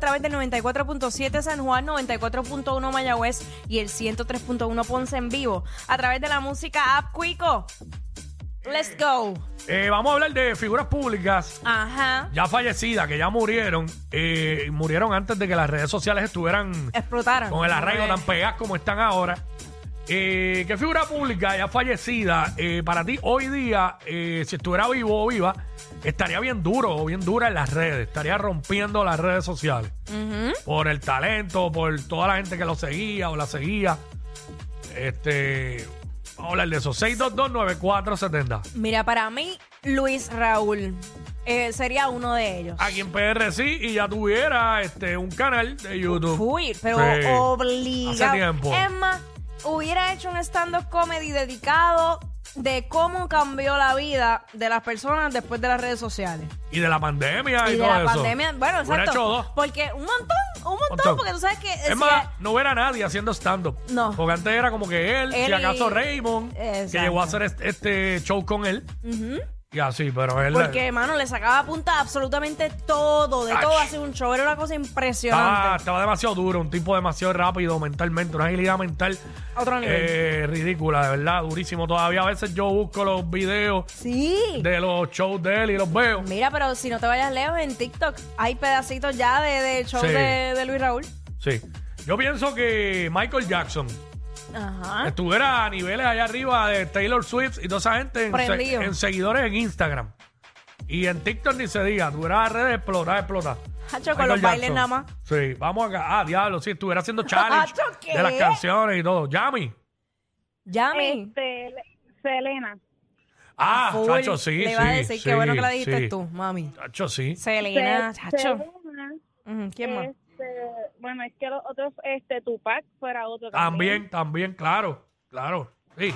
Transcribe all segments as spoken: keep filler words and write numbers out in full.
través del noventa y cuatro punto siete San Juan, noventa y cuatro punto uno Mayagüez y el ciento tres punto uno Ponce en vivo a través de la música App Quico. Let's go. Eh, vamos a hablar de figuras públicas Ajá. ya fallecidas, que ya murieron, eh, murieron antes de que las redes sociales estuvieran Explotaron. con el arraigo Ok. tan pegadas como están ahora. Eh, ¿Qué figura pública ya fallecida eh, para ti hoy día, eh, si estuviera vivo o viva, estaría bien duro o bien dura en las redes? Estaría rompiendo las redes sociales Ujú. por el talento, por toda la gente que lo seguía o la seguía. Este, vamos a hablar de eso. seis dos dos, nueve cuatro siete cero. Mira, para mí, Luis Raúl eh, sería uno de ellos. Aquí en P R sí y ya tuviera este, un canal de YouTube. Fui, pero Sí. obligado. Hace tiempo. Es más, hubiera hecho un stand-up comedy dedicado de cómo cambió la vida de las personas después de las redes sociales. Y de la pandemia y, Y de todo la eso. pandemia, bueno, Hubiera exacto. hecho dos. Porque un montón, un montón, Montón. porque tú sabes que... Es si más, no hubiera nadie haciendo stand-up. No. Porque antes era como que él, Él si acaso y- Raymond, Exacto. que llegó a hacer este, este show con él. Ujú. Y así, pero él Porque, hermano, le sacaba punta a absolutamente todo, de Ach. todo, hacer un show. Era una cosa estaba, impresionante. estaba demasiado duro, un tipo demasiado rápido mentalmente, una agilidad mental A otro nivel. eh, ridícula, de verdad, durísimo. Todavía a veces yo busco los videos Sí. de los shows de él y los veo. Mira, pero si no te vayas lejos, en TikTok hay pedacitos ya de, de show Sí. de, de Luis Raúl. Sí. Yo pienso que Michael Jackson Ajá. estuviera a niveles allá arriba de Taylor Swift y toda esa gente en, se- Prendido. en seguidores en Instagram. Y en TikTok ni se diga, tuviera las redes explotar, explotar. Hacho, con Michael los bailes Jackson. nada más. Sí, vamos acá. Ah, diablo, sí, estuviera haciendo challenge Hacho, ¿qué? de las canciones y todo. Yami. Yami. Este, Le- Selena. Ah, Full. chacho, sí, Le sí. iba a decir, sí, qué bueno que la dijiste sí. tú, mami. Chacho, sí. Selena, Se- chacho. Selena, Ujú, ¿quién más? este, bueno, es que los otros, este, Tupac fuera otro También, también, claro, claro. Sí.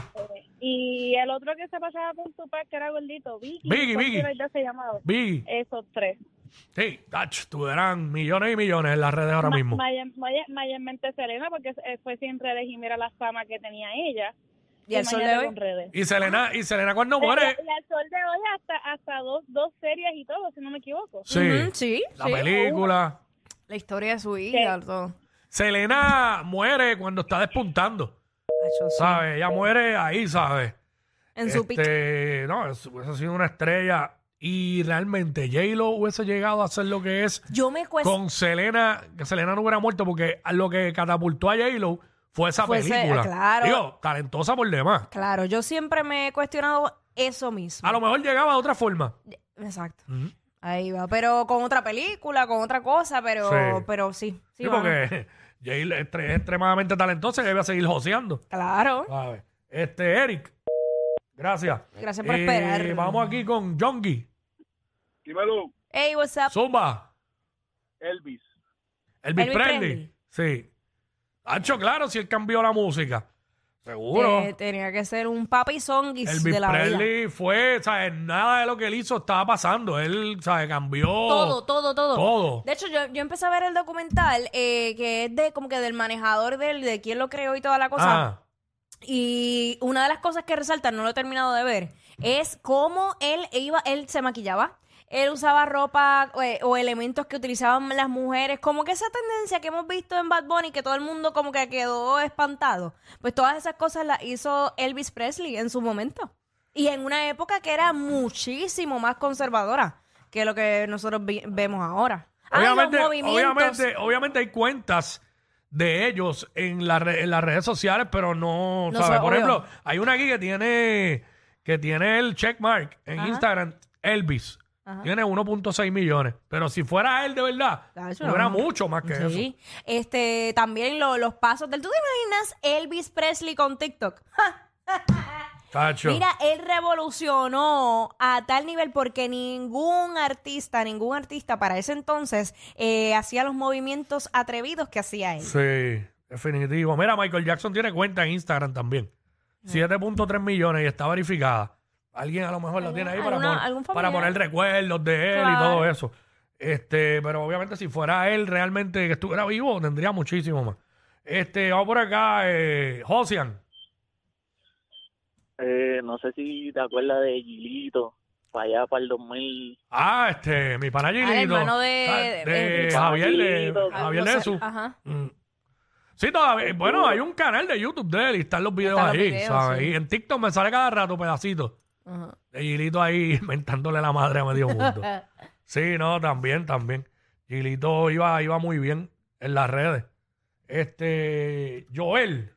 Y el otro que se pasaba por Tupac, que era gordito, Vicky. Biggie, ¿cómo Biggie. que se llamaba? Biggie. Esos tres. Sí, chacho, tuvieran millones y millones en las redes ahora Ma- mismo. maya- maya- Mayormente Selena, porque eh, fue sin redes y mira la fama que tenía ella. Y el sol de Imagínate hoy. con redes. Y Selena, y Selena cuando Y muere, al sol de hoy hasta, hasta dos, dos series y todo, si no me equivoco. sí, Ujú, sí, la sí. película. La historia de su vida, todo. Selena muere cuando está despuntando, Hacho, sí. ¿sabes? Ella muere ahí, ¿sabes? En su pico. Este, no, es- hubiese sido una estrella. Y realmente J-Lo hubiese llegado a hacer lo que es Yo me cuestiono. con Selena, que Selena no hubiera muerto porque lo que catapultó a J-Lo fue esa Fue ese- película. claro. Digo, talentosa por demás. Claro, yo siempre me he cuestionado eso mismo. A lo mejor llegaba de otra forma. Exacto. Ujú. Ahí va. Pero con otra película, con otra cosa, pero Sí. pero sí. Sí, Sí, mano. porque J-Lo es tre- es extremadamente talentosa y debe seguir joseando. Claro. ¿Sabes? Este, Eric, gracias. Gracias por Eh, esperar. Vamos aquí con Jongi. Dímelo, Hey, what's up? Zumba. Elvis. Elvis Elvis Presley. Presley. Sí. Ancho, claro, si él cambió la música. Seguro. Eh, tenía que ser un papi zonguis Elvis de la vida. Presley fue, ¿sabes? Nada de lo que él hizo estaba pasando. Él, ¿sabes? Cambió. Todo, todo, todo. Todo. De hecho, yo, yo empecé a ver el documental eh, que es de como que del manejador del, de quién lo creó y toda la cosa. Ah, Y una de las cosas que resaltan, no lo he terminado de ver, es cómo él iba, él se maquillaba, él usaba ropa eh, o elementos que utilizaban las mujeres, como que esa tendencia que hemos visto en Bad Bunny, que todo el mundo como que quedó espantado, pues todas esas cosas las hizo Elvis Presley en su momento. Y en una época que era muchísimo más conservadora que lo que nosotros vi- vemos ahora. Ah, los obviamente, movimientos. obviamente, obviamente hay cuentas de ellos en, la re- en las redes sociales, pero no, No ¿sabes? sé, Por obvio. ejemplo, hay una aquí que tiene que tiene el checkmark en Ajá. Instagram, Elvis. Ajá. Tiene uno punto seis millones. Pero si fuera él de verdad, Tacho, fuera no. mucho más que eso. Sí. Este, también lo- los pasos del... ¿Tú te imaginas Elvis Presley con TikTok? Tacho. Mira, él revolucionó a tal nivel porque ningún artista, ningún artista para ese entonces eh, hacía los movimientos atrevidos que hacía él. Sí, definitivo. Mira, Michael Jackson tiene cuenta en Instagram también. siete punto tres millones y está verificada. Alguien a lo mejor la tiene ahí para, alguna- poner, algún para familiar. poner recuerdos de él y Claro. todo eso. Este, pero obviamente si fuera él realmente que estuviera vivo, tendría muchísimo más. Este, vamos por acá, eh, Josian. Eh, no sé si te acuerdas de Gilito. para allá, para el dos mil. Ah, este, mi pana Gilito. Ah, el hermano de- Ah, de- de de- Javier, de, Gilito, Javier de Algo Jesús. así, ajá. Mm. Sí, todavía, bueno, hay un canal de YouTube de él y están los videos Están los ahí, videos, ¿sabes? sí. Y en TikTok me sale cada rato pedacitos Ajá. de Gilito ahí inventándole la madre a medio mundo. Sí, no, también, también. Gilito iba, iba muy bien en las redes. Este, Joel,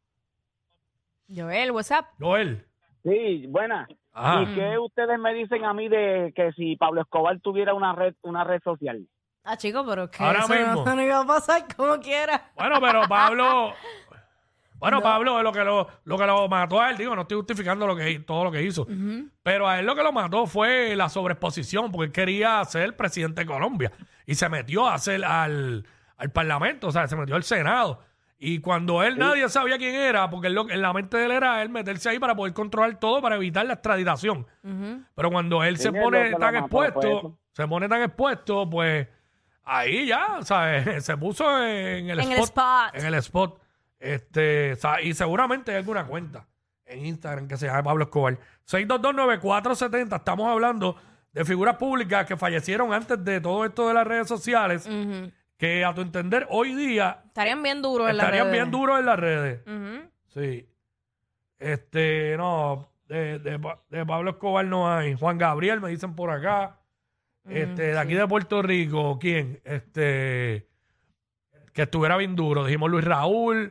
Joel, what's up? Joel. Sí, buena. Ajá. ¿Y qué ustedes me dicen a mí de que si Pablo Escobar tuviera una red una red social? Ah, chico, pero que Ahora eso mismo. no, no iba a pasar como quiera. Bueno, pero Pablo, bueno, No. Pablo es lo que lo, lo que lo mató a él, digo, no estoy justificando lo que todo lo que hizo, pero a él lo que lo mató fue la sobreexposición, porque él quería ser presidente de Colombia y se metió a hacer al, al parlamento, o sea, se metió al Senado. Y cuando él nadie sabía quién era, porque él lo- en la mente de él era él meterse ahí para poder controlar todo, para evitar la extraditación. Pero cuando él se Sí, es pone lo que lo tan mató, fue expuesto, eso. se pone tan expuesto, pues ahí ya, ¿sabes? Se puso en el En el spot. spot. En el spot. Este, sa- y seguramente hay alguna cuenta en Instagram que se llama Pablo Escobar. seis dos dos nueve cuatro siete cero. Estamos hablando de figuras públicas que fallecieron antes de todo esto de las redes sociales, Ujú. que a tu entender hoy día Estarían bien duros en la estarían bien duros en las redes. Ujú. Sí. Este, no, de, de, Pa- de Pablo Escobar no hay. Juan Gabriel me dicen por acá. Este, de aquí de Puerto Rico, ¿quién? Este, que estuviera bien duro. Dijimos Luis Raúl.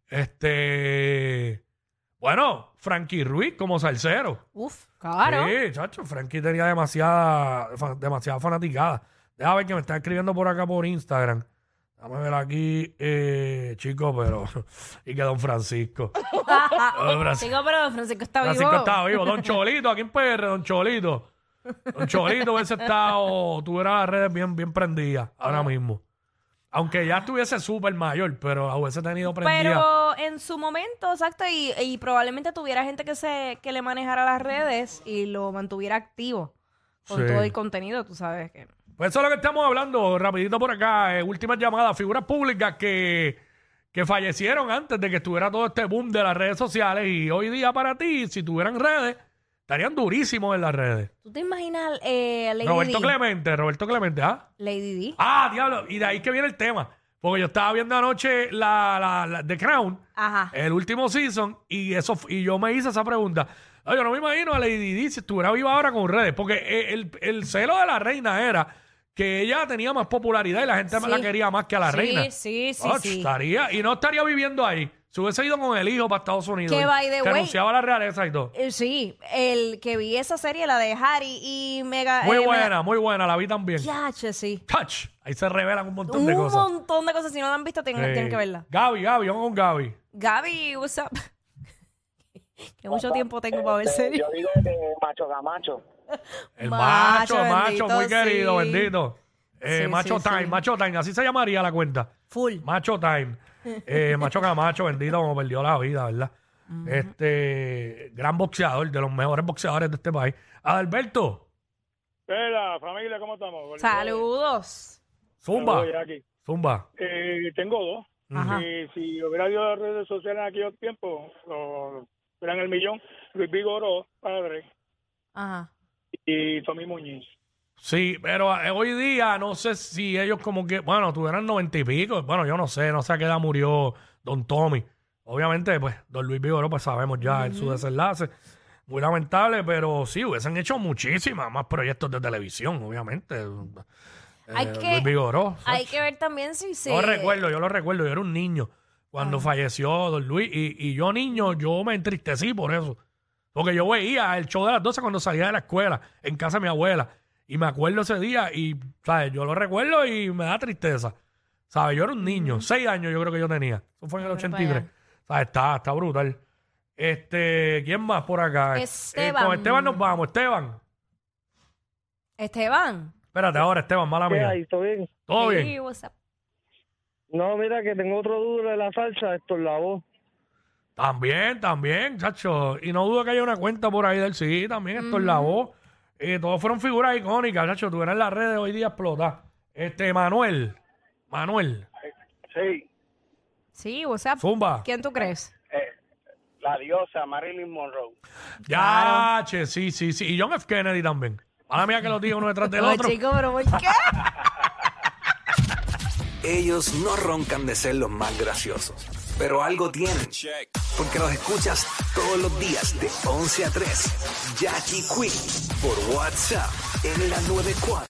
Este, bueno, Frankie Ruiz como salsero. Uf, claro. Sí, chacho, Frankie tenía demasiada, fa- demasiada fanaticada. Déjame ver que me está escribiendo por acá por Instagram. Déjame ver aquí, eh, chico, pero... y que Don Francisco. Don Francisco. Chico, pero Francisco está Francisco vivo. está vivo. Don Cholito, aquí en P R, Don Cholito. Don Cholito hubiese estado, tuviera las redes bien, bien prendidas ahora mismo. Aunque ya estuviese súper mayor, pero la hubiese tenido prendida. Pero en su momento, exacto, y, y probablemente tuviera gente que se que le manejara las redes y lo mantuviera activo con Sí. todo el contenido, tú sabes que... Pues eso es lo que estamos hablando, rapidito por acá. Eh, últimas llamadas, figuras públicas que, que fallecieron antes de que estuviera todo este boom de las redes sociales. Y hoy día para ti, si tuvieran redes, estarían durísimos en las redes. ¿Tú te imaginas eh, a Lady Roberto D? Clemente, Roberto Clemente, ¿ah? Lady D. Ah, diablo, y de ahí que viene el tema. Porque yo estaba viendo anoche la, la, la The Crown, Ajá. el último season, y eso f- y yo me hice esa pregunta. No, yo no me imagino a Lady Di si estuviera viva ahora con redes, porque eh, el, el celo de la reina era que ella tenía más popularidad y la gente Sí. la quería más que a la Sí, reina. sí, sí, Och, sí. Estaría, y no estaría viviendo ahí. Se hubiese ido con el hijo para Estados Unidos. Que, y by the que way- anunciaba la realeza y todo. Eh, Sí, el que vi esa serie, la de Harry y Mega... Muy eh, buena, Mega- muy buena, la vi también. Yache, sí. Touch. Ahí se revelan un montón Un de cosas. montón de cosas. Si no la han visto, tienen, Sí. tienen que verla. Gaby, Gaby, vamos con Gaby. Gaby, what's up? Que mucho tiempo tengo para ver series. Yo digo de Macho Gamacho. El Macho, macho, macho, bendito, muy querido, sí. bendito. Eh, Sí, macho sí, Time, sí. Macho Time, así se llamaría la cuenta. Full. Macho Time. Eh, macho Camacho, bendito, como perdió la vida, ¿verdad? Este, gran boxeador, de los mejores boxeadores de este país. Adalberto, Hola, familia, ¿cómo estamos? Saludos. Zumba, Saludos, Jackie. Zumba. Eh, tengo dos. Ajá. Eh, si hubiera habido las redes sociales en aquellos tiempos, lo- eran el millón. Luis Vigoró, padre, Ajá. y Tommy Muñiz. Sí, pero eh, hoy día no sé si ellos como que, bueno, tuvieran noventa y pico. Bueno, yo no sé, no sé a qué edad murió Don Tommy. Obviamente, pues, Don Luis Vigoró, pues sabemos ya en su desenlace. Muy lamentable, pero sí, hubiesen hecho muchísimas más proyectos de televisión, obviamente. Eh, Hay que- Luis Vigoró. Hay que ver también si se... Yo recuerdo, yo lo recuerdo, yo era un niño cuando Ah. falleció Don Luis y, y yo niño, yo me entristecí por eso. Porque yo veía el show de las doce cuando salía de la escuela en casa de mi abuela y me acuerdo ese día y, ¿sabes? Yo lo recuerdo y me da tristeza. ¿Sabes? Yo era un niño, seis años yo creo que yo tenía. Eso fue en el Mira ochenta y tres. para ¿Sabes? Está, está brutal. Este, ¿quién más por acá? Eh, Esteban. con Esteban nos vamos. Esteban. Esteban. Espérate ahora, Esteban, mala ¿Qué mía. hay? ¿Todo bien? ¿Todo Sí, bien? what's up? No, mira que tengo otro duro de la salsa, Héctor Lavoe. También, también, chacho. Y no dudo que haya una cuenta por ahí del sí, también esto es la voz. Eh, todos fueron figuras icónicas, chacho. Tuvieran las redes hoy día explotar. Este, Manuel. Manuel. Sí. Sí, what's up? Zumba. ¿Quién tú crees? Eh, la diosa Marilyn Monroe. Ya, che, sí, sí, sí. Y John F. Kennedy también. A la mía que los diga uno detrás del No, otro. chico, pero ¿por qué? Ellos no roncan de ser los más graciosos, pero algo tienen, porque los escuchas todos los días de once a tres. Jackie Quinn por WhatsApp en la noventa y cuatro.